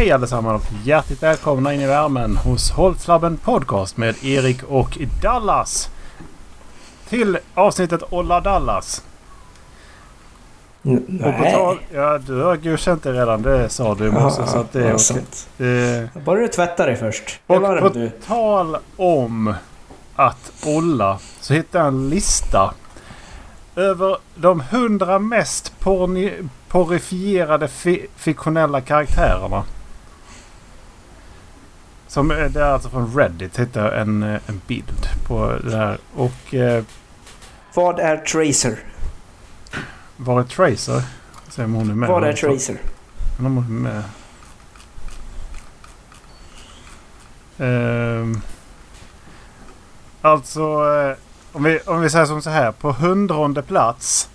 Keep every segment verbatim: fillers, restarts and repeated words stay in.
Hej allesammans och hjärtligt välkomna in i värmen hos Holtflabben Podcast med Erik och Dallas. Till avsnittet Olla Dallas. N- nej. Och på tal, ja, du har godkänt det redan, det sa du också. Ja, så att det är ja, okej. sant. Eh, Bara du tvättar dig först. Det och var på det du. tal om att Olla, så hittade jag en lista över de hundra mest porni- porifierade fi- fiktionella karaktärerna. Som, det är alltså från Reddit. Hittade jag en, en bild på det här. Och eh, Vad är Tracer? var är Tracer? Se om hon är med. Vad är Tracer? Men om hon är med. Ehm, alltså eh, om, vi, om vi säger som så här. På hundronde plats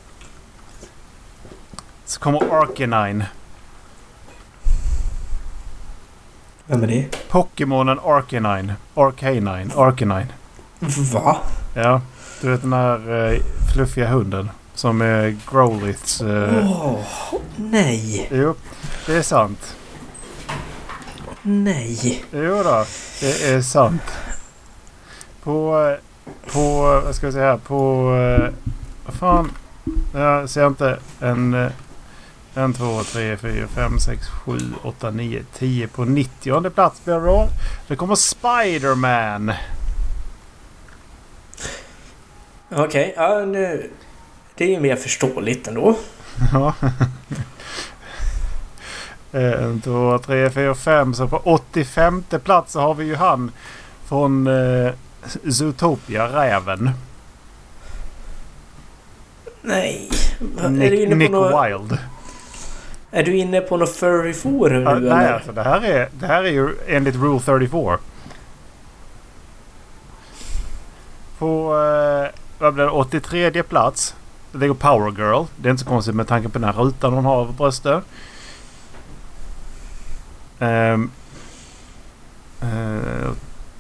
så kommer Arcanine. Vem är det? Pokémonen Arcanine. Arcanine. Arcanine. Va? Ja, du vet den här eh, fluffiga hunden som är Growliths. Eh, Åh, nej. Jo, det är sant. Nej. Jo då, det är sant. På, eh, på, vad ska jag säga här, på, eh, vad fan, jag ser inte en, eh, en, två, tre, fyra, fem, sex, sju, åtta, nio, tio på nittionde plats blir det då. Det kommer Spider-Man. Okej, ja, nu. Det är ju mer förståeligt ändå. Ja. En, två, tre, fyra, fem. Så på åttiofemte plats så har vi ju han från eh, Zootopia, räven. Nej. Nick, är du inne Nick på något, Wilde. Är du inne på något furry forum Ja, nu nej, eller? alltså, det, här är, det här är ju enligt Rule trettiofyra. På eh, vad blir det, åttiotredje plats. Det går Power Girl. Det är inte så konstigt med tanke på den här rutan hon har över bröstet. Um, uh,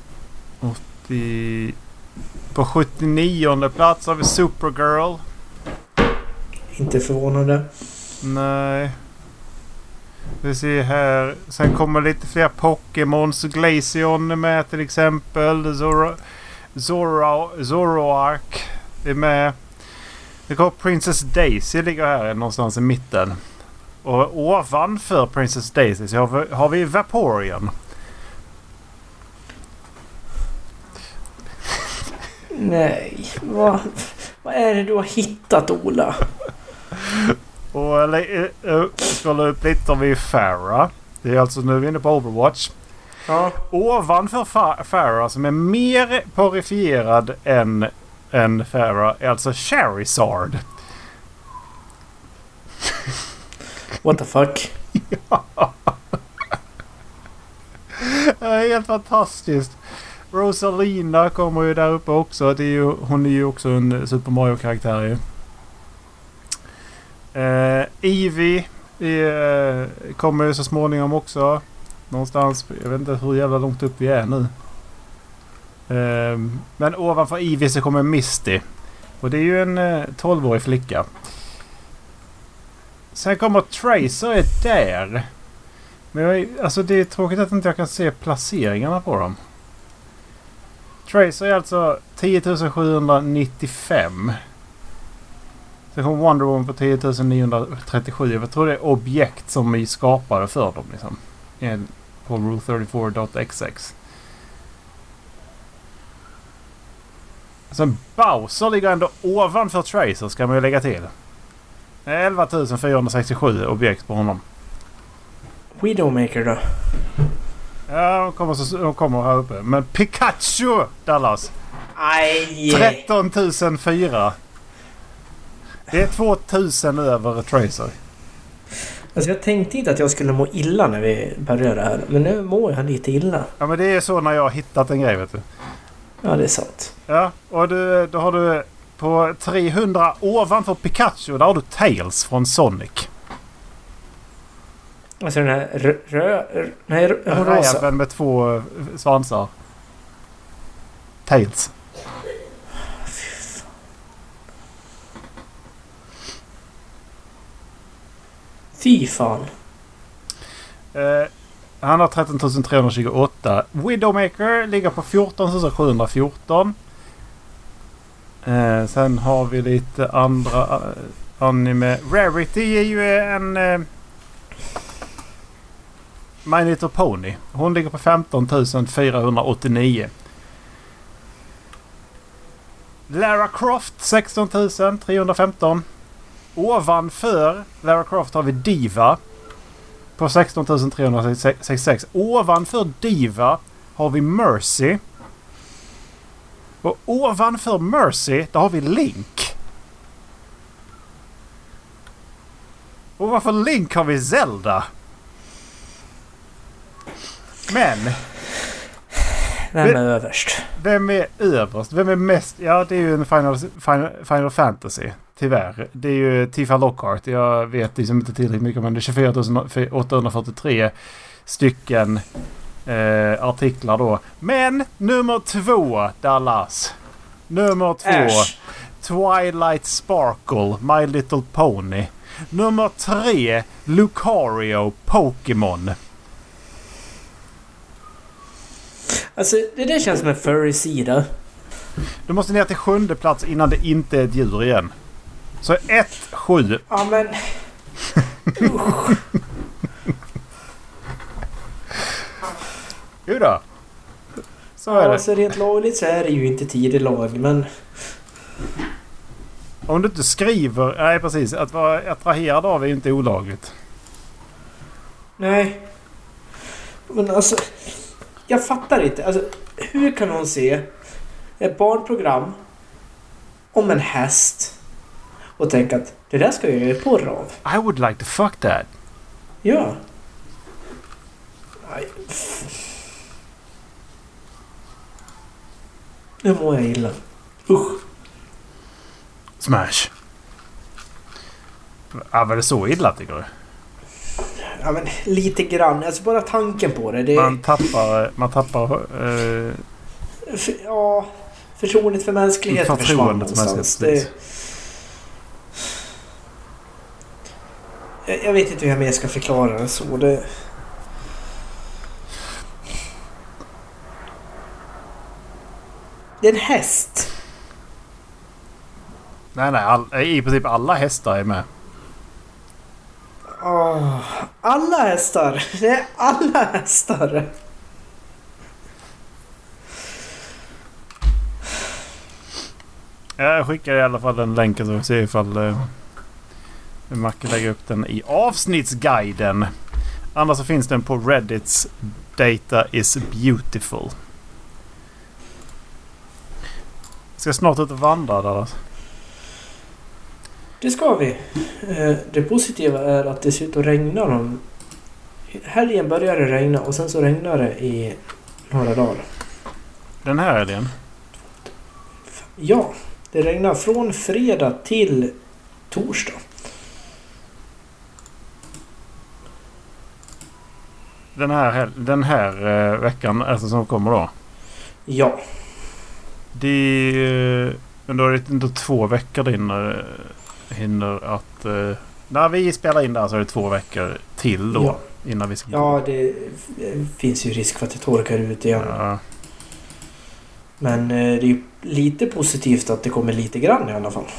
åttio På sjuttionionde plats har vi Supergirl. Inte förvånande. Nej. Vi ser här. Sen kommer lite fler Pokémons. Glaceon är med till exempel. Zoro, Zoro, Zoroark är med. Det går Princess Daisy ligger här någonstans i mitten. Och ovanför Princess Daisy så har vi, har vi Vaporeon. Nej. Vad, vad är det du har hittat, Ola? Och eller, uh, scrollar upp lite om vi är Farah. Det är alltså nu är vi inne på Overwatch. Ja. Ovanför Fa- Farah som är mer porifierad än, än Farah är alltså Charizard. What the fuck? Ja. Det är helt fantastiskt. Rosalina kommer ju där uppe också. Det är ju, hon är ju också en Super Mario-karaktär ju. Uh, Eevee är, kommer ju så småningom också. Någonstans, jag vet inte hur jävla långt upp vi är nu. Uh, men ovanför Eevee så kommer Misty. Och det är ju en uh, tolvårig flicka. Sen kommer Tracer är där. Men jag, alltså det är tråkigt att inte jag kan se placeringarna på dem. Tracer är alltså tio tusen sjuhundranittiofem. Sen kommer Wonder Woman på tio tusen niohundratrettiosju. Jag tror det är objekt som vi skapade för dem liksom. På rule thirty-four dot x x. Sen Bowser ligger ändå ovanför Tracer ska man ju lägga till. elva tusen fyrahundrasextiosju objekt på honom. Widowmaker då? Ja, de kommer, så, de kommer här uppe. Men Pikachu, Dallas. Aj! tretton tusen fyra. Det är två tusen över Tracer. Alltså jag tänkte inte att jag skulle må illa när vi började det här. Men nu mår jag lite illa. Ja, men det är så när jag har hittat en grej, vet du. Ja, det är sant. Ja, och du, då har du på trehundra ovanför Pikachu, där har du Tails från Sonic. Alltså den här rö... rö, rö nej, rö, rosa. Räven med två svansar. Tails. Fy fan. Eh, Han har tretton tusen trehundratjugoåtta. Widowmaker ligger på fjorton tusen sjuhundrafjorton. Eh, sen har vi lite andra uh, anime. Rarity är ju en uh, My Little Pony. Hon ligger på femton tusen fyrahundraåttionio. Lara Croft sexton tusen trehundrafemton. Ovanför Lara Croft har vi Diva på sexton tusen trehundrasextiosex. Ovanför Diva har vi Mercy. Och ovanför Mercy där har vi Link. Ovanför Link har vi Zelda. Men vem är överst? Vem är överst? Vem är mest? Ja, det är ju en Final, Final, Final Fantasy. Tyvärr. Det är ju Tifa Lockhart. Jag vet liksom inte tillräckligt mycket, men det är tjugofyra tusen åttahundrafyrtiotre stycken eh, artiklar då. Men nummer två, Dallas. Nummer två. Ash. Twilight Sparkle, My Little Pony. Nummer tre, Lucario, Pokémon. Alltså, det där känns som en furry-sida. Du måste ner till sjunde plats innan det inte är ett djur igen. Så ett, sju. Ja, men... Usch. Jo då. Så ja, är det. alltså rent lagligt så är det ju inte tio lag, men... Om du inte skriver... Nej, precis. Att vara attraherad av är inte olagligt. Nej. Men alltså... Jag fattar inte. Alltså, hur kan någon se ett barnprogram om en häst och tänka att det där ska jag göra porr av? I would like to fuck that. Ja. Nej. Nu mår jag illa. Usch. Smash. Ja, var det så illa tycker du? Ja, men lite grann. Alltså bara tanken på det. det... Man tappar... Man tappar... Uh... För, ja... Förtroendet för mänskligheten försvann någonstans. Det... Jag, jag vet inte hur jag mer ska förklara det så. Det... det är en häst. Nej, nej. All, i princip alla hästar är med. Oh, alla hästar. Det är alla hästar. Jag skickar i alla fall den länken så vi ser ifall uh, man kan lägga upp den i avsnittsguiden. Annars så finns den på Reddits Data is beautiful. Ska snart ut och vandra där. Det ska vi. Det positiva är att det ser ut att regna. Om... Helgen börjar det regna och sen så regnar det i några dagar. Den här helgen? Ja, det regnar från fredag till torsdag. Den här, den här uh, veckan alltså som kommer då? Ja. Det, men då är det inte två veckor din... Uh, hinner att... Uh, när vi spelar in där så är det två veckor till då. Ja, innan vi ska ja det finns ju risk för att det torkar ut igen. Ja. Men uh, det är ju lite positivt att det kommer lite grann i alla fall.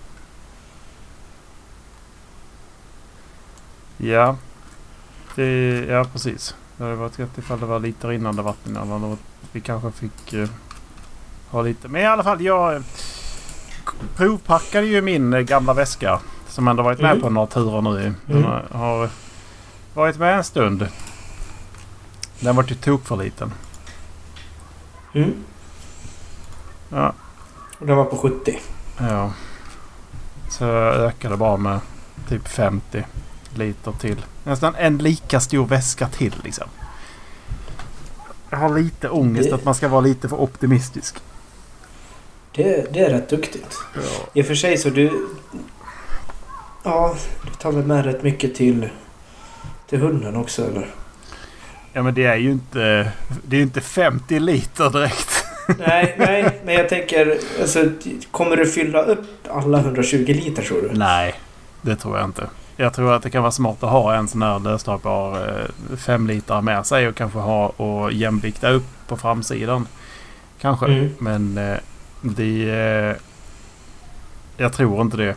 Ja. Det, ja, precis. Det hade varit rätt ifall det var lite rinnande vatten. Eller vi kanske fick uh, ha lite... Men i alla fall, jag... provpackade ju min gamla väska som ändå varit med mm. på några turer nu. Den mm. har varit med en stund. Den var ju tok för liten. Mm. Ja. Och den var på sjuttio. Ja. Så jag ökade bara med typ femtio liter till. Nästan en lika stor väska till liksom. Jag har lite ångest det... att man ska vara lite för optimistisk. Det, det är rätt duktigt. Ja. I och för sig så du... Ja, du tar väl med rätt mycket till, till hunden också, eller? Ja, men det är ju inte... Det är ju inte femtio liter direkt. Nej, nej. Men jag tänker... Alltså, kommer du fylla upp alla hundratjugo liter, tror du? Nej, det tror jag inte. Jag tror att det kan vara smart att ha en sån här lösdragbar eh, fem liter med sig och kanske ha och jämvikta upp på framsidan. Kanske. Mm. Men eh, det... Eh, jag tror inte det.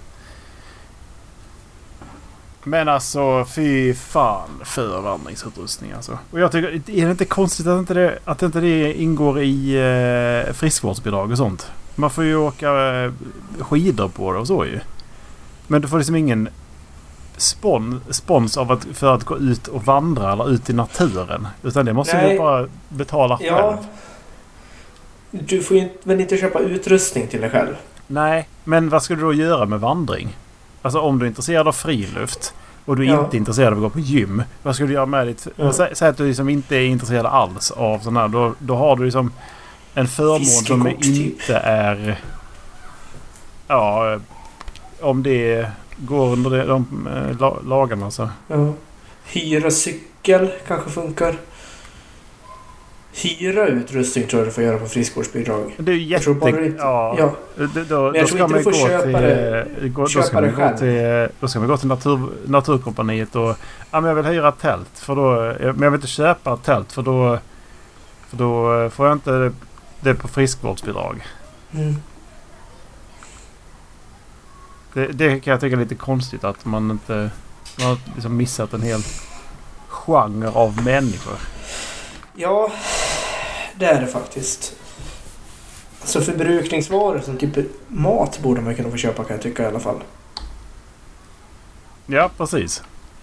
Men alltså, fy fan för vandringsutrustning alltså. Och jag tycker, är det inte konstigt att inte det, att inte det ingår i eh, friskvårdsbidrag och sånt? Man får ju åka eh, skidor på det och så ju. Men du får liksom ingen spon, spons av att, för att gå ut och vandra eller ut i naturen. Utan det måste Nej. du bara betala själv. Ja. Du får ju väl inte köpa utrustning till dig själv? Nej, men vad ska du då göra med vandring? Alltså om du är intresserad av friluft och du är ja. inte intresserad av att gå på gym, vad ska du göra med ditt... Ja. Sä, säg att du liksom inte är intresserad alls av sån här. Då, då har du liksom en förmån som inte typ. är... Ja, om det går under de, de äh, lagarna så. Ja. Hyra cykel kanske funkar. Hyra utrustning tror jag du får göra på friskvårdsbidrag. Det är ju jätte... Inte, ja. ja. Då, då, Men jag tror inte du får köpa till, det, gå, köpa då ska det man själv. Gå till, då ska man gå till natur, Naturkompaniet och... Ja, men jag vill hyra ett tält. För då, men jag vill inte köpa ett tält för då... För då får jag inte det, det på friskvårdsbidrag. Mm. Det, det kan jag tycka är lite konstigt att man inte... Man har liksom missat en hel genre av människor. Ja, det är det faktiskt. Alltså förbrukningsvaror som typ mat borde man kunna få köpa, kan jag tycka i alla fall. Ja, precis.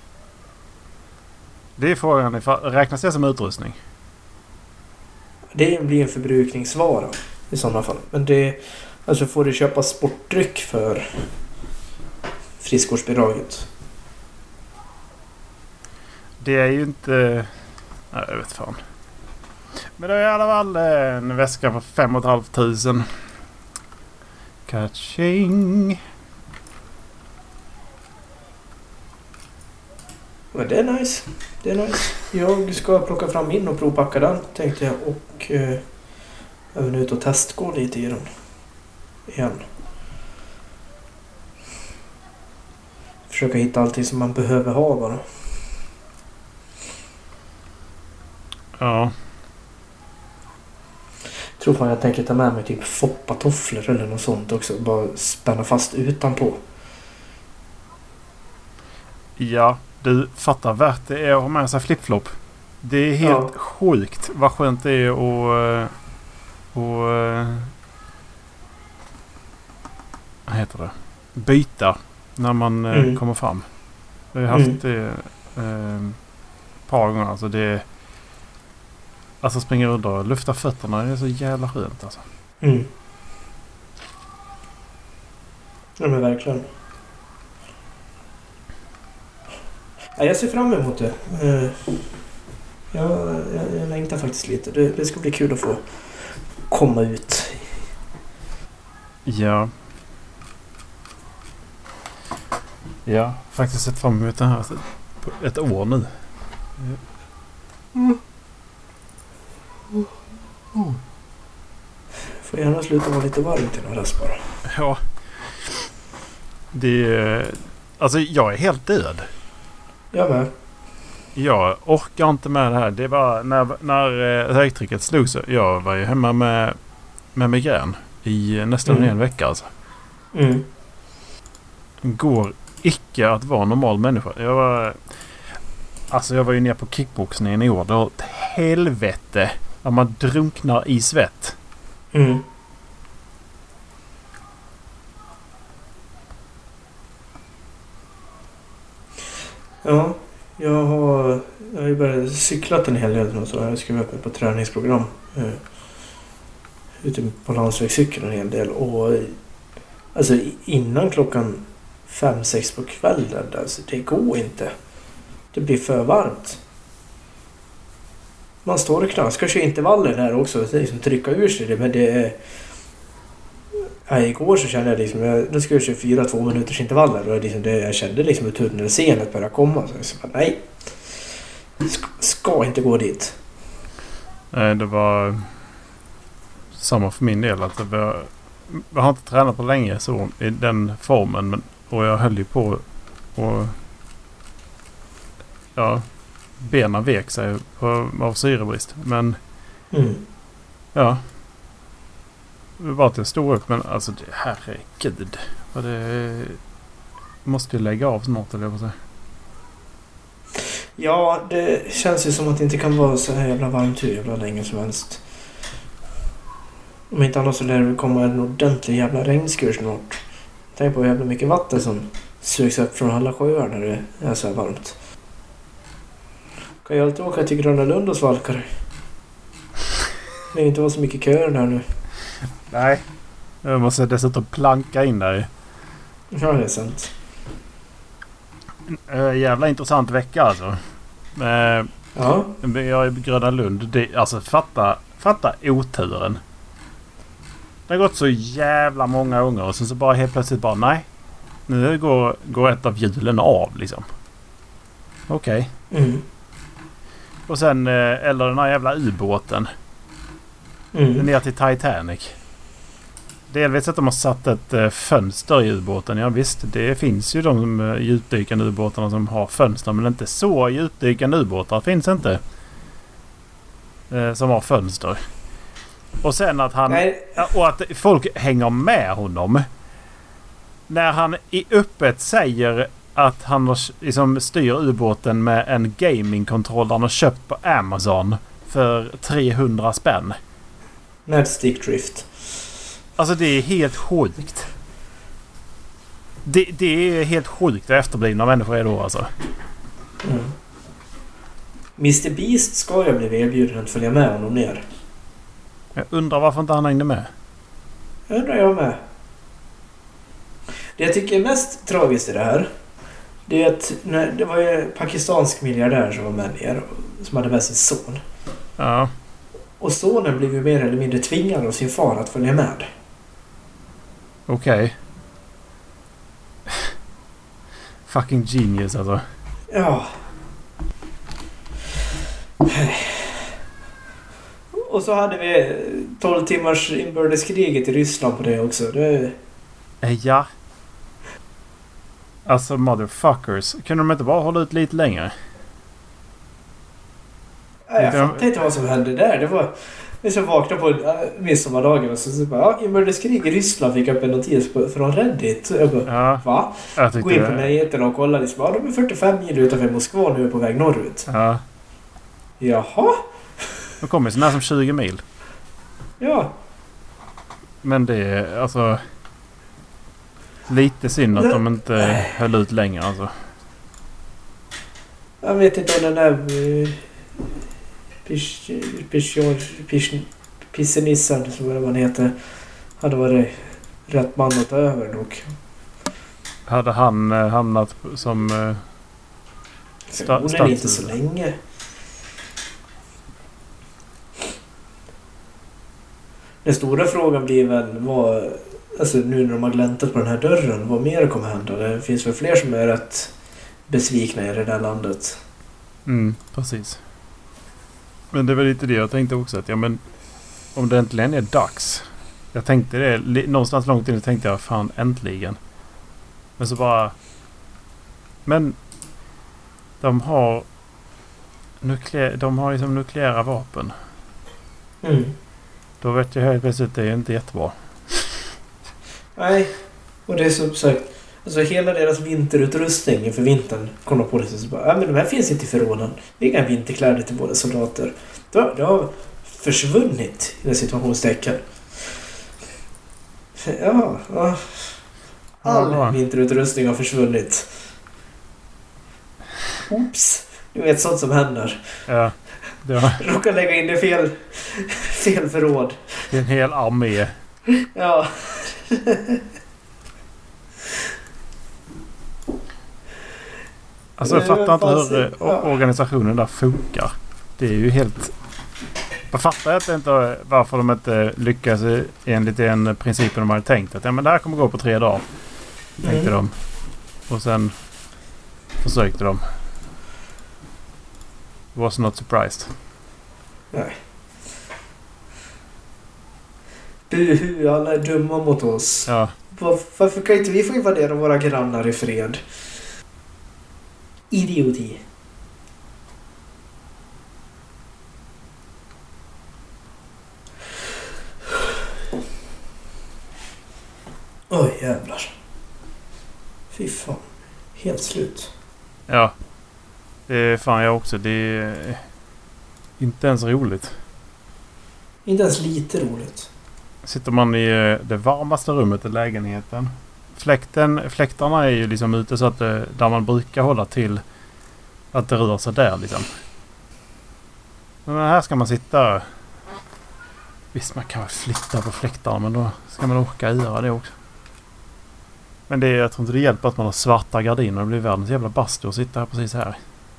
Det är frågan, räknas det som utrustning? Det blir en förbrukningsvara i sådana fall. Men det, alltså får du köpa sportdryck för friskvårdsbidraget? Det är ju inte... Nej, jag vet fan. Men det är i alla fall en väska för fem och ett halvt tusen. Catching. Men det är nice. Det är nice. Jag ska plocka fram in och provpacka den, tänkte jag. Och eh, även ut och testgå lite i den. Igen. Försöka hitta allting som man behöver ha bara. Ja. Jag tror fan jag tänker ta med mig typ foppatofflor eller något sånt också. Bara spänna fast utanpå. Ja, du fattar värt det är att ha med sig flip-flop. Det är helt ja. sjukt vad skönt det är att... Och, vad heter det? Byta när man mm. kommer fram. Jag har haft mm. det eh, ett par gånger. Alltså det Alltså springa runt och lufta fötterna. Det är så jävla skönt alltså. Mm. Ja men verkligen. Ja, jag ser fram emot det. Uh, jag, jag, jag längtar faktiskt lite. Det, det ska bli kul att få komma ut. Ja. Ja, faktiskt sett fram emot det här ett år nu. Mm. Mm. Får gärna sluta vara lite varmt till några rast bara. Ja. Det är... Alltså jag är helt död. Jag med. Jag orkar inte med det här. Det är bara när, när högtrycket slog så. Jag var ju hemma med, med migrän i nästan mm. en vecka alltså. Mm. Går icke att vara normal människa. Jag var... Alltså jag var ju nere på kickboxningen i år. Det var ett helvete. När man drunknar i svett. Mm. Ja, jag har, jag har ju börjat cyklat en hel del nu, så jag har skrivit upp mig på träningsprogram. Eh, ute på landsvägscykeln en hel del. Och alltså innan klockan fem, sex på kvällen, alltså, det går inte. Det blir för varmt. Man står och knaskar sig intervaller där också. Det är liksom trycka ur sig det. Men det är... Ja, igår så kände jag liksom... Jag, då skulle jag köra fyra två minuters intervaller. Och liksom det, jag kände liksom hur tunnelsenet började komma. Så jag sa, nej. Ska, ska inte gå dit. Nej, det var... Samma för min del. Att det var, jag har inte tränat på länge så i den formen. Men, och jag höll ju på och ja, benen vek sig på, av syrebrist. Men Mm. ja. Det var att jag stod upp, men alltså det, herregud. Och det måste ju lägga av snart, eller jag får säga. Ja, det känns ju som att det inte kan vara så här jävla varmt hur jävla länge som helst. Om inte annars så lär det komma en ordentlig jävla regnskur snart. Tänk på hur jävla mycket vatten som sugs upp från alla sjöar när det är så här varmt. Kan jag alltid åka till Gröna Lund och svalka det. Det är inte vara så mycket köer där nu. Nej. Jag måste dessutom planka in där. Ja, det är sant. Äh, jävla intressant vecka alltså. Äh, Ja. Jag är i Gröna Lund. Det, alltså fatta, fatta oturen. Det har gått så jävla många ungar och sen så bara helt plötsligt bara nej. Nu går, går ett av hjulen av liksom. Okej. Okay. Mm. Och sen, eller den här jävla ubåten. Mm. Ner till Titanic. Delvis att de har satt ett fönster i ubåten. Ja visst, det finns ju de djupdykande ubåtarna som har fönster. Men inte så djupdykande ubåtar finns inte. Som har fönster. Och sen att han... Nej. Och att folk hänger med honom. När han i öppet säger att han liksom styr ubåten med en gamingkontroll han har köpt på Amazon för trehundra spänn. Med stickdrift. Alltså det är helt sjukt. Det, det är helt sjukt vad efterblivna människor är då alltså. Mm. mister Beast ska jag bli erbjuden att följa med honom ner. Jag undrar varför inte han hängde med. Jag undrar jag med. Det jag tycker är mest tragiskt i det här, det är att när, det var ju en pakistansk miljardär som var med ner, som hade med sin son. Ja. Och sonen blev ju mer eller mindre tvingad av sin far att följa med. Okej. Okay. Fucking genius alltså. Ja. Och så hade vi tolv timmars inbördeskriget i Ryssland på det också. Det... Ja. Alltså motherfuckers. Kunde de inte bara hålla ut lite längre? Ja, jag fattar inte vad som hände där. Det var... Vi så vaknade på äh, midsommardagen och så, så bara, ja, inbördeskrig i Ryssland fick upp en notis på, från Reddit. Så jag bara, ja, va? Gå in på nyheterna och kolla. Liksom, ja, de är fyrtiofem mil utanför Moskva nu är på väg norrut. Ja. Jaha? De kommer så nära som tjugo mil. Ja. Men det är alltså... Lite synd att de inte höll ut längre alltså. Jag vet inte om den där... Uh, Pish, pish, pish, Pissenissen, som vad man heter, hade varit rätt man att ta över nog. Hade han eh, hamnat som eh, sta- hon är inte så länge. Den stora frågan blir väl vad, alltså nu när de har gläntat på den här dörren, vad mer kommer hända? Det finns väl fler som är rätt besvikna i det där landet. Mm, precis. Men det var lite det jag tänkte också. Att ja, men om det äntligen är dags. Jag tänkte det. Li- någonstans långt in tänkte jag fan äntligen. Men så bara... Men... De har... Nuklä- de har liksom nukleära vapen. Mm. Då vet jag helt plötsligt att det är inte jättebra. Nej. Och det är som sagt... Alltså hela deras vinterutrustning inför vintern kom de på det så bara, ja men de här finns inte i förråden. Det är inga vinterkläder till båda soldater. Det har, det har försvunnit i den situationstecken. Ja, ja. All ja, vinterutrustning har försvunnit. Oops. Du vet sånt som händer. Ja. ja. Råkar lägga in det fel, fel förråd. Det är en hel armé. Ja. Alltså jag fattar inte hur ja. organisationen där funkar. Det är ju helt... Jag fattar att det inte, varför de inte lyckas enligt den principen de hade tänkt. Att ja, men det här kommer gå på tre dagar. Tänkte mm. de. Och sen försökte de. Was not surprised. Nej. Buhu, alla är dumma mot oss. Ja. Var, varför kan inte vi få invadera våra grannar i fred? Idioti. jävlar. Fy fan. Helt slut. Ja. Det är fan jag också. Det är inte ens roligt. Inte ens lite roligt. Sitter man i det varmaste rummet i lägenheten. Fläkten, fläktarna är ju liksom ute så att det, där man brukar hålla till att det rör sig där liksom. Men här ska man sitta. Visst, man kan väl flytta på fläktarna, men då ska man orka göra det också. Men det är, jag tror inte det hjälper att man har svarta gardiner. Det blir världens jävla bastu att sitta här precis här.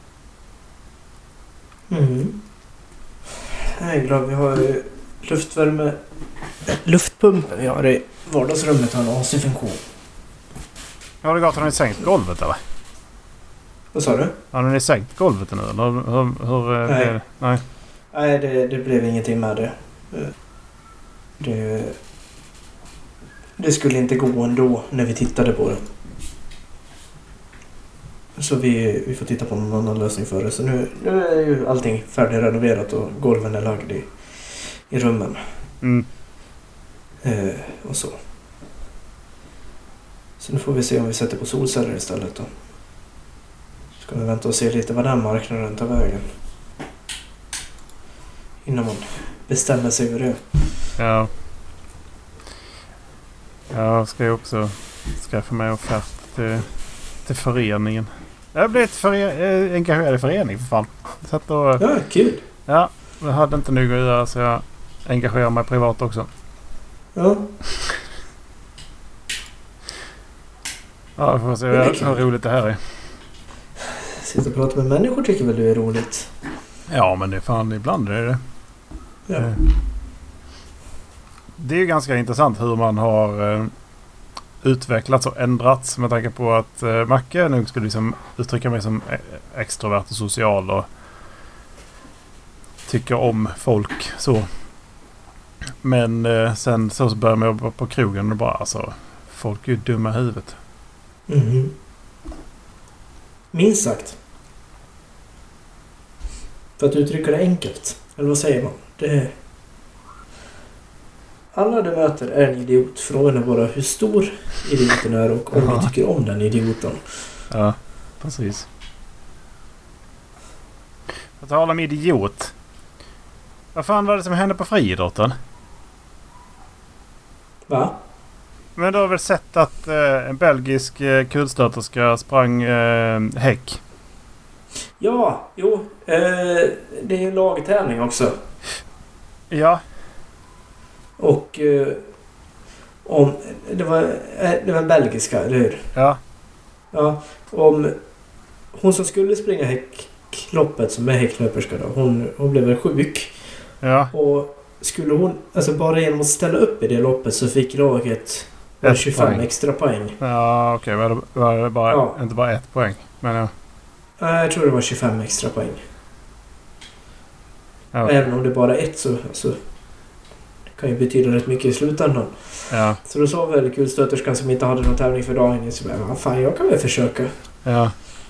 Mm. Jag är glad vi har luftvärme. Luftpumpen vi har i vardagsrummet har en A C-funktion. Har det gått? Har ni sänkt golvet eller? Vad sa du? Har ni sänkt golvet nu? Eller hur, hur, Nej. Det, nej. Nej, det, det blev ingenting med det. det. Det skulle inte gå ändå när vi tittade på det. Så vi, vi får titta på någon annan lösning för det. Så nu, nu är ju allting färdigrenoverat och golven är lagd i, i rummen. Mm. Eh, och så. Så nu får vi se om vi sätter på solceller istället då. Ska vi vänta och se lite vad den marknaden tar vägen. Innan man bestämmer sig för det. Ja. Jag ska ju också skaffa mig offert till, till föreningen. Jag blev ett före, engagerad i förening för fan. Så att då, Ja, kul. ja, jag hade inte nog att göra så jag engagerar mig privat också. Ja. Ja, vi får se hur, hur roligt det här är. Sitta och prata med människor tycker väl du är roligt? Ja, men det är fan ibland är det. Ja. Eh, Det är ju ganska intressant hur man har eh, utvecklats och ändrats med tanke på att eh, Macke nog skulle liksom uttrycka mig som extrovert och social och tycker om folk så. Men eh, sen så börjar man jobba på krogen och bara alltså, folk är ju dumma i huvudet. Mm. Minst sagt. För att uttrycka det enkelt. Eller vad säger man? Det är... Alla du möter är en idiot. Frågan är bara hur stor idioten är och om Ja. du tycker om den idioten. Ja, precis. Att tala om idiot. Vad fan var det som hände på friidrotten? Va? Men du har väl sett att eh, en belgisk eh, kulstöterska sprang eh, häck? Ja, jo. Eh, det är ju en lagtävling också. Ja. Och eh, om... Det var, eh, det var en belgiska, eller hur? Ja. Ja. Om hon som skulle springa häckloppet som är häcklöperska då. Hon, hon blev väl sjuk. Ja. Och skulle hon... Alltså bara genom att ställa upp i det loppet så fick laget Ett tjugofem poäng. extra poäng. Ja, okej. Okay. Var det bara, Ja. inte bara ett poäng? Men ja. Nej, jag tror det var tjugofem extra poäng. Ja. Även om det bara är ett så... så det kan ju betyda rätt mycket i slutändan. Ja. Så då sa väl kulstöterskan som inte hade någon tävling för dagen. Så bara, vad fan, jag kan väl försöka. Ja.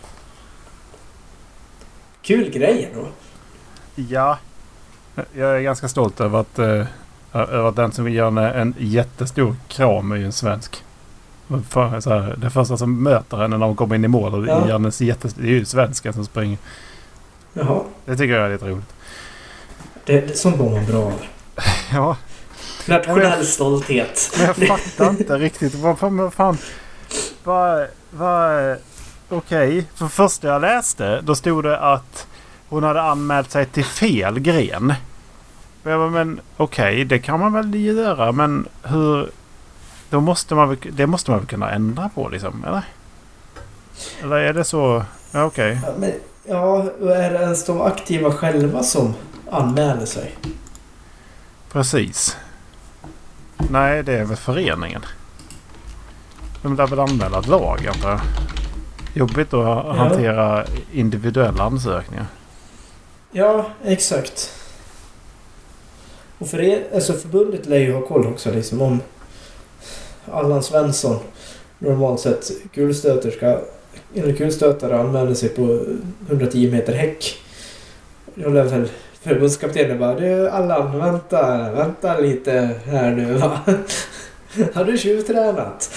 Kul grej då. Ja. Jag är ganska stolt över att, uh, över att den som gör en, en jättestor kram är ju en svensk. För, så här, det första som möter henne när hon kommer in i mål och Ja. gör hennes jättes, det är ju svensken som springer. Jaha. Det tycker jag är lite roligt. Det, det sånt mår man bra av. Ja. Nationell stolthet. Men jag fattar inte riktigt. Vad fan... Vad fan vad, vad, okej. För första jag läste, då stod det att hon hade anmält sig till fel gren. Och jag bara, men okej, okay, det kan man väl göra. Men hur... Då måste man väl, det måste man väl kunna ändra på liksom, eller? Eller är det så... Ja, okej. Okay. Ja, men, ja, är det ens de aktiva själva som anmäler sig? Precis. Nej, det är väl föreningen. De lär väl anmäla ett lag, antar jag. Jobbigt att ja. hantera individuella ansökningar. Ja, exakt. Och för er, alltså förbundet lär ju ha koll också liksom om Allan Svensson normalt sett kulstöterska eller kulstötare anmäler sig på hundratio meter häck. Jag lär väl förbundskaptenen bara, du Allan, vänta, vänta lite här nu va. Har du tjuvtränat?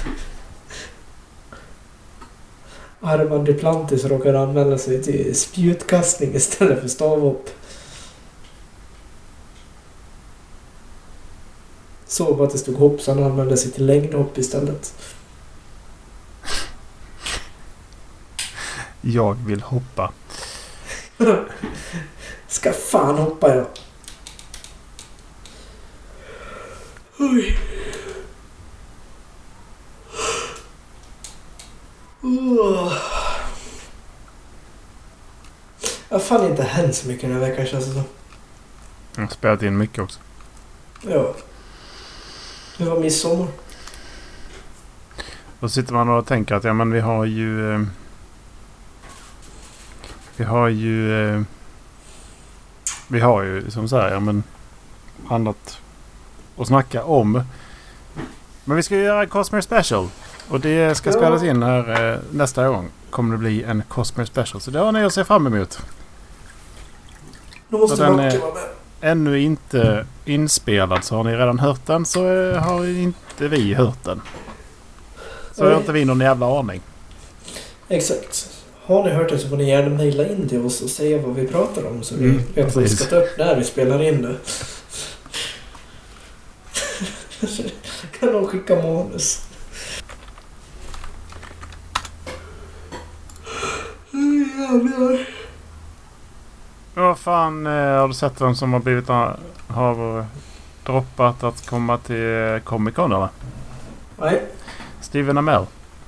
Armand Duplantis råkar anmäla sig till spjutkastning istället för stavhopp. Såg att det stod hopp så han anmälde sig till längdhopp istället. Jag vill hoppa. Ska fan hoppa jag. Oj. Oh. Jag har fan inte hänt så mycket den här veckan känns det som. Jag har spelat in mycket också. Ja. Det var midsommar. Då sitter man och tänker att ja men vi har ju... Eh, vi har ju... Eh, vi har ju som säger ja men annat att snacka om. Men vi ska ju göra en Cosmere Special. Och det ska ja. spelas in här eh, nästa gång. Kommer det bli en Cosmere Special. Så det har ni att se fram emot. Då måste så den är är ännu inte inspelad. Så har ni redan hört den så eh, har inte vi hört den. Så har inte vi någon jävla aning. Exakt. Har ni hört det så får ni gärna mejla in till oss och säga vad vi pratar om. Så vi mm, vet vad vi ska ta upp när vi spelar in det. Kan de skicka manus? Jävlar. Vad fan eh, har du sett vem som har blivit har droppat att komma till Comic Con eller? Nej. Stephen Amell.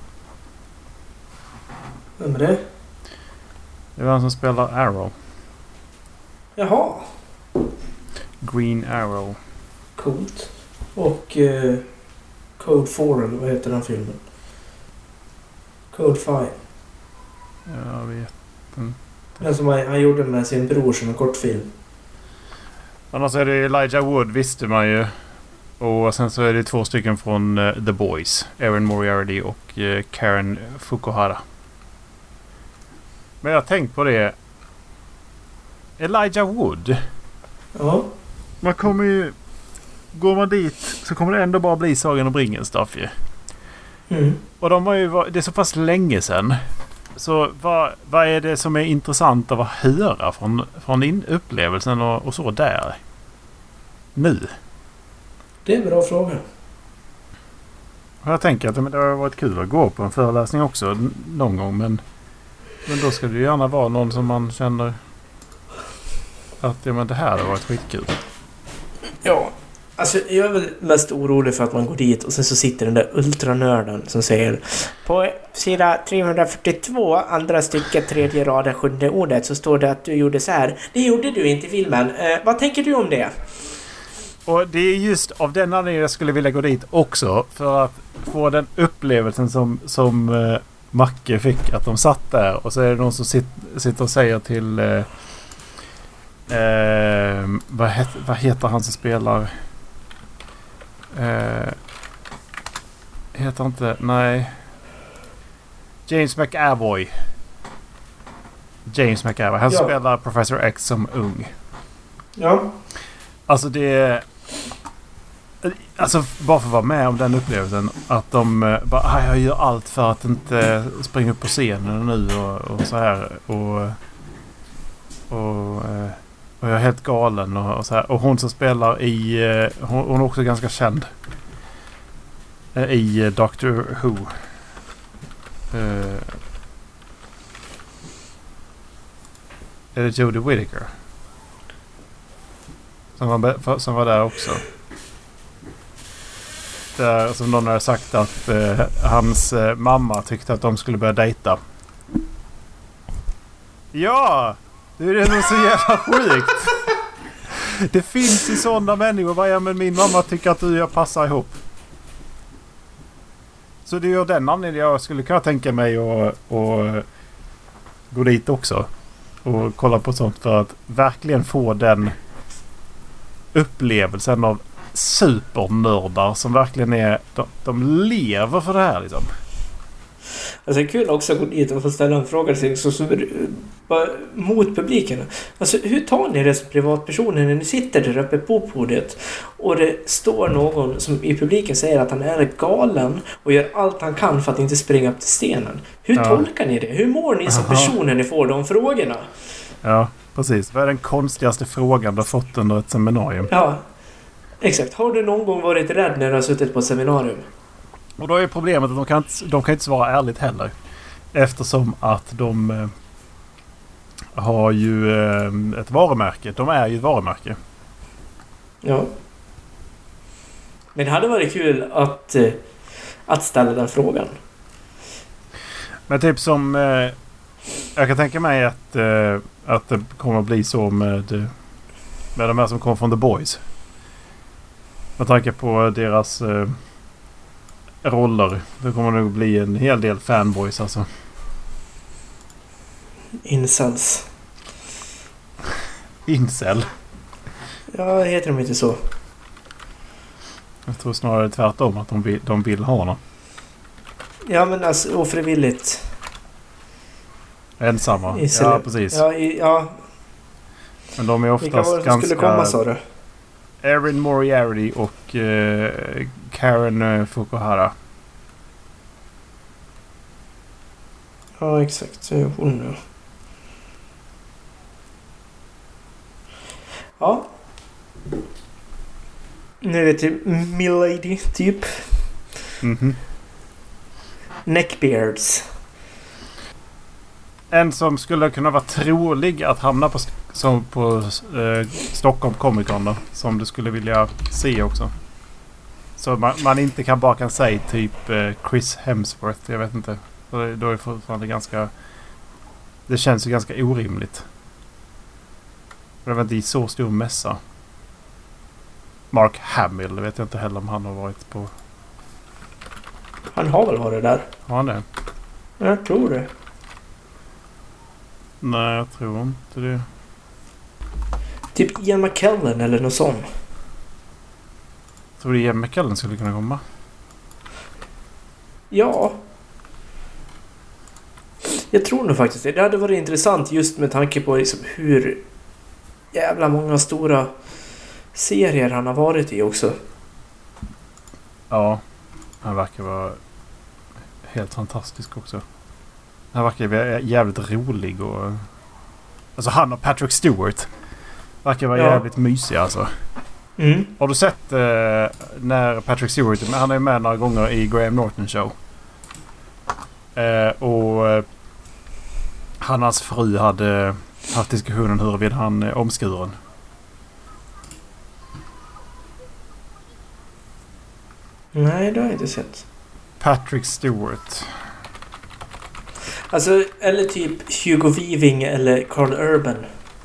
Vem är det? Det är han som spelar Arrow. Jaha. Green Arrow. Coolt. Och eh, Code four eller vad heter den filmen? Code five. Jag vet inte. Den som han, han gjorde med sin bror som en kortfilm. Annars är det Elijah Wood visste man ju. Och sen så är det två stycken från uh, The Boys. Erin Moriarty och uh, Karen Fukuhara. Men jag har tänkt på det. Elijah Wood. Ja. Man kommer ju... Går man dit så kommer det ändå bara bli Sagan om ringen-stuff ju. Mm. Och de har ju... Det är så pass länge sedan. Så vad, vad är det som är intressant av att höra från, från din upplevelsen och, och så där? Nu? Det är en bra fråga. Och jag tänker att det har varit kul att gå på en föreläsning också någon gång. Men, men då ska det ju gärna vara någon som man känner att ja, men det här har varit skitkul. Ja, alltså jag är väl mest orolig för att man går dit och sen så sitter den där ultranörden som säger på sida trehundrafyrtiotvå andra stycket tredje raden sjunde ordet så står det att du gjorde så här. Det gjorde du inte i filmen. Eh, vad tänker du om det? Och det är just av den anledningen jag skulle vilja gå dit också. För att få den upplevelsen som, som uh, Macke fick. Att de satt där och så är det någon som sit, sitter och säger till... Uh, uh, vad, het, vad heter han som spelar... Uh, heter inte... Nej... James McAvoy. James McAvoy. Han ja. spelar Professor X som ung. Ja. Alltså det... Alltså bara för att vara med om den upplevelsen. Att de bara, jag gör allt för att inte springa upp på scenen nu och, och så här. Och, och, och jag är helt galen och, och så här. Och hon som spelar i... Hon, hon är också ganska känd. I Doctor Who. Uh, är det Jodie Whittaker? Som var, som var där också. Där som någon hade sagt att uh, hans uh, mamma tyckte att de skulle börja dejta. Ja! Det är det nog så jävla sjukt. Det finns ju sådana människor. Vad är men min mamma tycker att du och jag passar ihop. Så det är den anledningen jag skulle kunna tänka mig att gå dit också. Och kolla på sånt för att verkligen få den upplevelsen av supernördar som verkligen är... De, de lever för det här liksom. Alltså det är kul också att gå dit och få ställa en fråga till så, så, bara, mot publiken. Alltså hur tar ni det som privatpersoner när ni sitter där uppe på podiet och det står någon som i publiken säger att han är galen och gör allt han kan för att inte springa upp till stenen. Hur ja. tolkar ni det? Hur mår ni som personer när ni får de frågorna? Ja, precis. Vad är den konstigaste frågan du har fått under ett seminarium? Ja, exakt. Har du någon gång varit rädd när du har suttit på ett seminarium? Och då är problemet att de kan inte, de kan inte svara ärligt heller. Eftersom att de eh, har ju eh, ett varumärke. De är ju ett varumärke. Ja. Men det hade varit kul att, eh, att ställa den frågan. Men typ som... Eh, jag kan tänka mig att, eh, att det kommer att bli så med, med de här som kommer från The Boys. Med tanke på deras... Eh, roller. Det kommer nog bli en hel del fanboys alltså. Incels. Incel? Ja, heter de inte så? Jag tror snarare tvärtom att de vill, de vill ha någon. Ja, men alltså ofrivilligt. Ensamma. Incel. Ja, precis. Ja, i, ja. Men de är oftast ganska... Vilka var det som skulle komma, sa du? Erin Moriarty och uh, Karen uh, Fukuhara. Ja, exakt. Så är hon nu. Ja. Nu är det typ Milady, typ. Mhm. Neckbeards. En som skulle kunna vara trolig att hamna på, som på eh, Stockholm Comic Con då, som du skulle vilja se också. Så man, man inte kan bara kan säga typ eh, Chris Hemsworth, jag vet inte. Då är det fortfarande ganska... Det känns ju ganska orimligt. Det var inte i så stor mässa. Mark Hamill, vet jag inte heller om han har varit på... Han har väl varit där? Har han det? Jag tror det. Nej, jag tror inte det. Typ Ian McKellen eller något sånt. Tror du Ian McKellen skulle kunna komma? Ja. Jag tror nog faktiskt det. Det hade varit intressant just med tanke på liksom hur jävla många stora serier han har varit i också. Ja, han verkar vara helt fantastisk också. Han verkar vara jävligt rolig och... Alltså han och Patrick Stewart verkar vara ja. jävligt mysiga alltså. Mm. Har du sett eh, när Patrick Stewart, han är med några gånger i Graham Norton Show. Eh, och eh, han och hans fru hade haft diskussionen huruvida han är omskuren. Nej, det har jag inte sett. Patrick Stewart. Alltså, eller typ Hugo Weaving eller Carl Urban.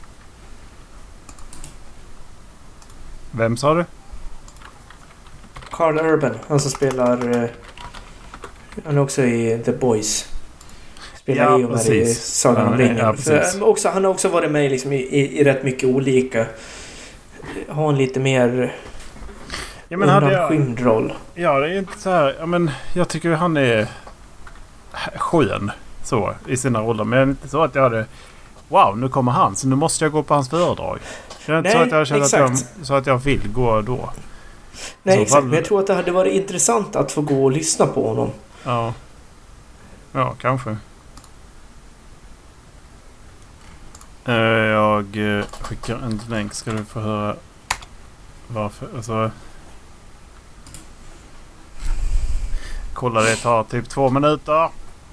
Vem sa du? Carl Urban, han som spelar... Uh, han är också i The Boys. Spelar ja, Eomer i Sagan om ringen. Ja, För, också, han har också varit med liksom, i, i, i rätt mycket olika... Har en lite mer... Ja, men hade jag... skymd roll. Ja, det är inte så här... Ja, men jag tycker han är skön så i sina roller. Men inte så att jag hade... Wow, nu kommer han. Så nu måste jag gå på hans föredrag. Det är inte så att jag känner att jag, så att jag vill gå då. Nej, så exakt. fall... Men jag tror att det hade varit intressant att få gå och lyssna på honom. Ja. Ja, kanske. Uh, jag uh, skickar en länk. Ska du få höra varför. Alltså... Kolla, det tar typ två minuter.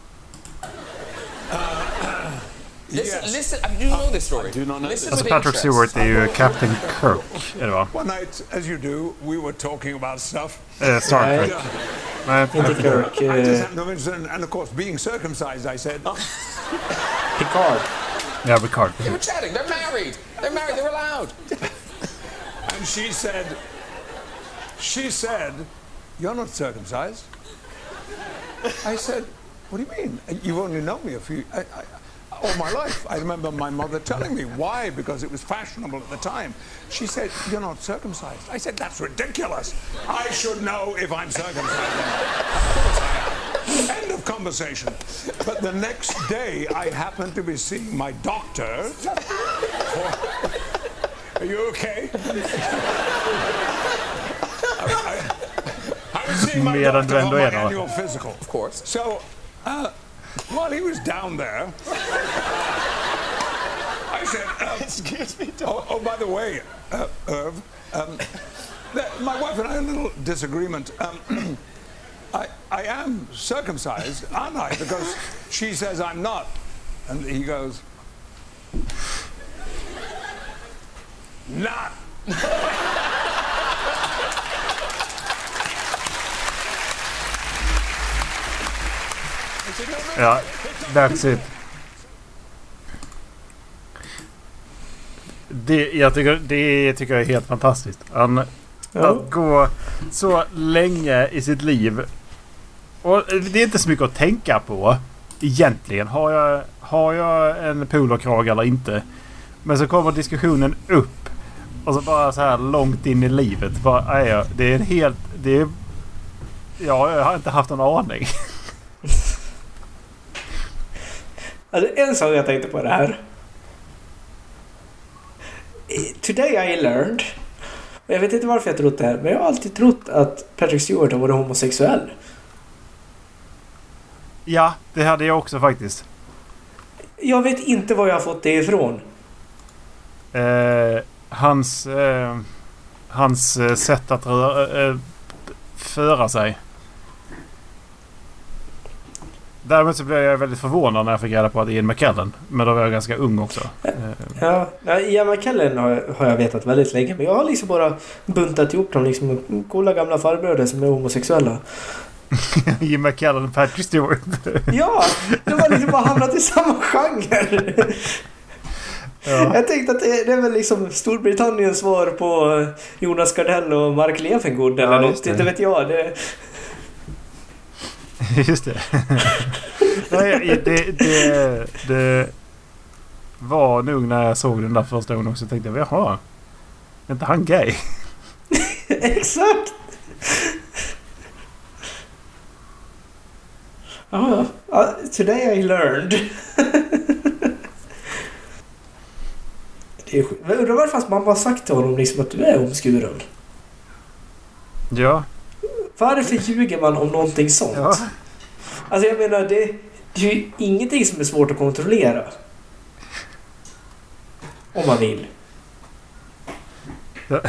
Listen, listen, you know this story. I do not know this. Alltså Patrick Stewart är ju Captain Kirk, är det va? One night, as you do, we were talking about stuff. Uh, Star Trek. Nej, inte Kirk. I just had no interest in, and of course, being circumcised, I said. Picard. Yeah, Picard. They were chatting. They're married. They're married. They're allowed. And she said, she said, you're not circumcised. I said, what do you mean? You've only known me a few... I, I, all my life. I remember my mother telling me why, because it was fashionable at the time. She said, you're not circumcised. I said, that's ridiculous. I should know if I'm circumcised. Of course I am. End of conversation. But the next day, I happened to be seeing my doctor. For... Are you okay? I, I, I was seeing my doctor for my annual physical. Of course. So, uh, while he was down there, I said, uh, excuse me, oh, oh, by the way, uh, Irv, um, that my wife and I had a little disagreement. Um, I, I am circumcised, aren't I? Because she says I'm not. And he goes, not. Ja, that's it. Det, jag tycker, det tycker jag är helt fantastiskt. Han, ja. Att gå så länge i sitt liv. Och det är inte så mycket att tänka på egentligen. Har jag, har jag en polokrag eller inte? Men så kommer diskussionen upp. Och så bara så här långt in i livet. Bara, äh, det är helt... Det är, ja, jag har inte haft någon aning. Alltså, en sak jag tänkte på det här. Today I learned. Och jag vet inte varför jag trott det här. Men jag har alltid trott att Patrick Stewart har varit homosexuell. Ja, det hade jag också faktiskt. Jag vet inte var jag har fått det ifrån. Eh, hans eh, hans eh, sätt att röra, eh, föra sig. Däremot så blev jag väldigt förvånad när jag fick reda på att Ian McKellen. Men då var jag ganska ung också. Ja, ja Ian McKellen har, har jag vetat väldigt länge. Men jag har liksom bara buntat ihop dem liksom coola gamla farbröder som är homosexuella. Ian McKellen och Patrick Stewart. Ja, de har liksom bara hamnat i samma genre. Ja. Jag tänkte att det, det är väl liksom Storbritanniens svar på Jonas Gardell och Mark Levengood eller ja, något. Det. det vet jag. Det... Just det. Nej, det, det, det var nog när jag såg den där första gången också tänkte jag, jaha, är inte han gay? Exakt. Ah, uh, today I learned. Det är sjukt. Men undrar varför fast mamma har sagt till honom liksom att du är omskuren. Ja. Varför ljuger man om någonting sånt? Ja. Alltså jag menar, det, det är ju ingenting som är svårt att kontrollera. Om man vill. Ja.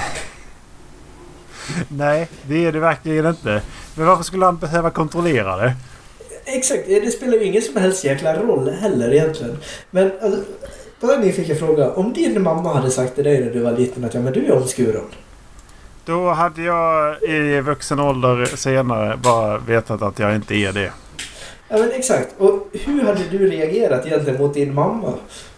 Nej, det är det verkligen inte. Men varför skulle han behöva kontrollera det? Exakt, det spelar ju ingen som helst jäkla roll heller egentligen. Men alltså, på den fick jag fråga, om din mamma hade sagt till dig när du var liten att ja, men du är omskuren. Då hade jag i vuxen ålder senare bara vetat att jag inte är det. Ja men exakt. Och hur hade du reagerat egentligen mot din mamma?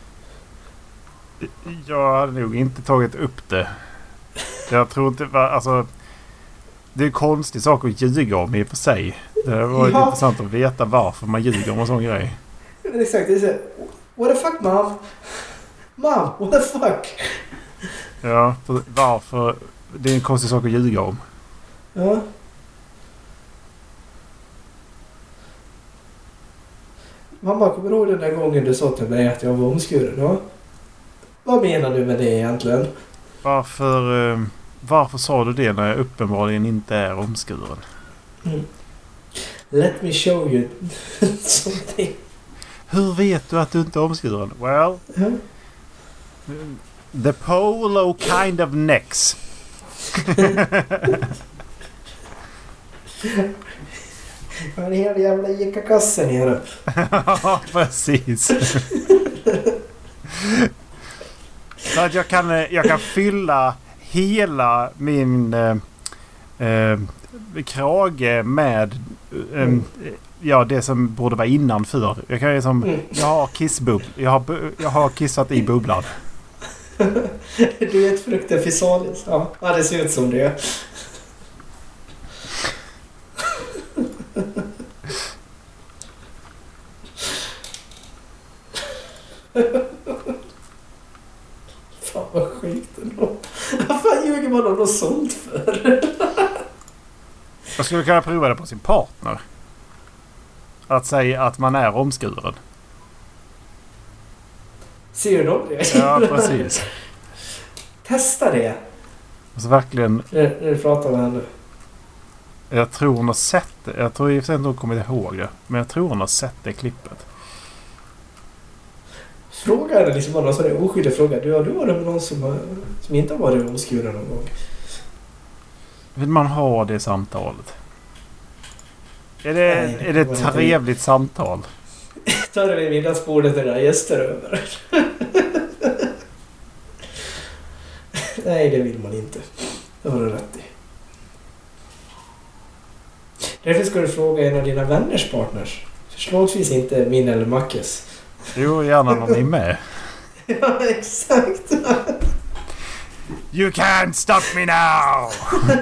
Jag hade nog inte tagit upp det. Jag tror inte... Alltså, det är en konstig sak att ljuga om i och för sig. Det var ja. intressant att veta varför man ljuger om en sån grej. Men exakt, det är så, what the fuck mom? Mom, what the fuck? Ja, varför... Det är en konstig sak att ljuga om. Ja. Mamma, kommer du ihåg den där gången du sa till mig att jag var omskuren? Ja. Vad menar du med det egentligen? Varför, eh, varför sa du det när jag uppenbarligen inte är omskuren? Mm. Let me show you something. Hur vet du att du inte är omskuren? Well, ja. The polo kind of necks. Ja, det är jävla Ica-kassen här. Ja, precis. Så att jag kan, jag kan fylla hela min eh, eh, krage med eh, mm. ja, det som borde vara innanför. Jag kan ju som mm. jag har kissbubb. Jag har, jag har kissat i bubblan. Du är ett frukten fisalis. Ja, ja, det ser ut som det. Fan vad sjukt ändå. Vad fan ljuger man om något sånt för? Jag skulle kunna prova det på sin partner. att säga att man är omskuren. Ser de det? Ja, precis. Testa det. Alltså verkligen... När, när du pratar med henne. Jag tror hon har sett det. Jag tror i och för sig inte hon kommer ihåg det. Men jag tror hon har sett det klippet. Fråga henne liksom bara någon sån där oskyldig fråga. Du har du varit med någon som, har, som inte har varit omskuren någon gång? Vill man ha det samtalet? Är det, Nej, är det ett trevligt inte. samtal? Ta det vid middagsbordet där det är gäster över. Nej, det vill man inte. Det har du rätt i. Därför ska du fråga en av dina vänners partners. Förslagsvis inte min eller Mackes. Jo, gärna när ni är med. Ja, exakt. You can't stop me now!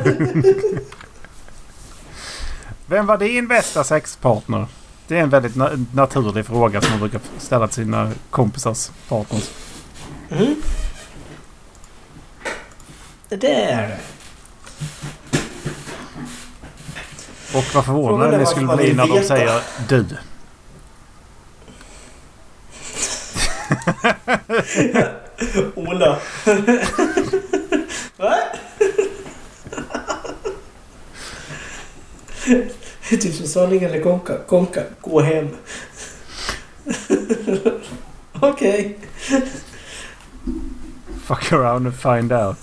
Vem var din bästa sexpartner? Det är en väldigt na- naturlig fråga som man brukar ställa till sina kompisars partners. Mm. Det är det. Och vad förvånande Frågan är det varför skulle man bli vill när de veta. säger du. Ola. Va? Typ som Sanning eller Konka. Konka, gå hem. Okej. Okay. Fuck around and find out.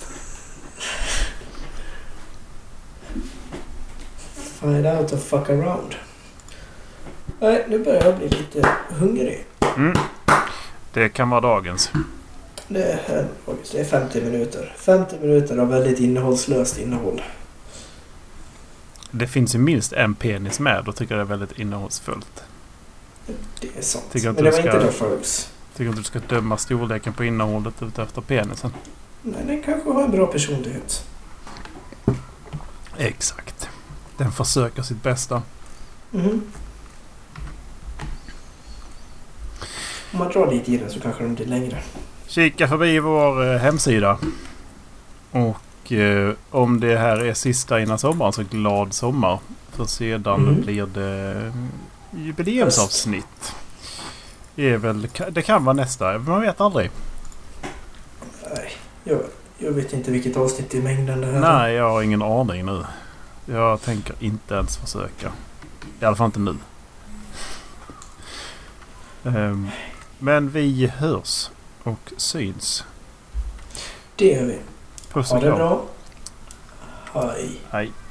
Find out och fuck around. Nej, nu börjar jag bli lite hungrig. Mm. Det kan vara dagens. Det är, det är femtio minuter. femtio minuter av väldigt innehållslöst innehåll. Det finns ju minst en penis med och tycker det är väldigt innehållsfullt. Det är sant. Tycker Men att det du var ska- inte The Folks. Tycker att du ska döma storleken på innehållet ut efter penisen. Nej, den kanske har en bra personlighet. Exakt. Den försöker sitt bästa. Mhm. Om man drar lite i den så kanske de blir längre. Kika förbi vår eh, hemsida. Och eh, om det här är sista innan sommaren så glad sommar. För sedan Mm. blir det jubileumsavsnitt. Det, är väl, det kan vara nästa. Man vet aldrig. Nej, jag, jag vet inte vilket avsnitt i mängden det här är. Nej, jag har ingen aning nu. Jag tänker inte ens försöka. I alla fall inte nu. Ehm, men vi hörs och syns. Det gör vi. Puss Ha och det kram. bra. Hej. Hej.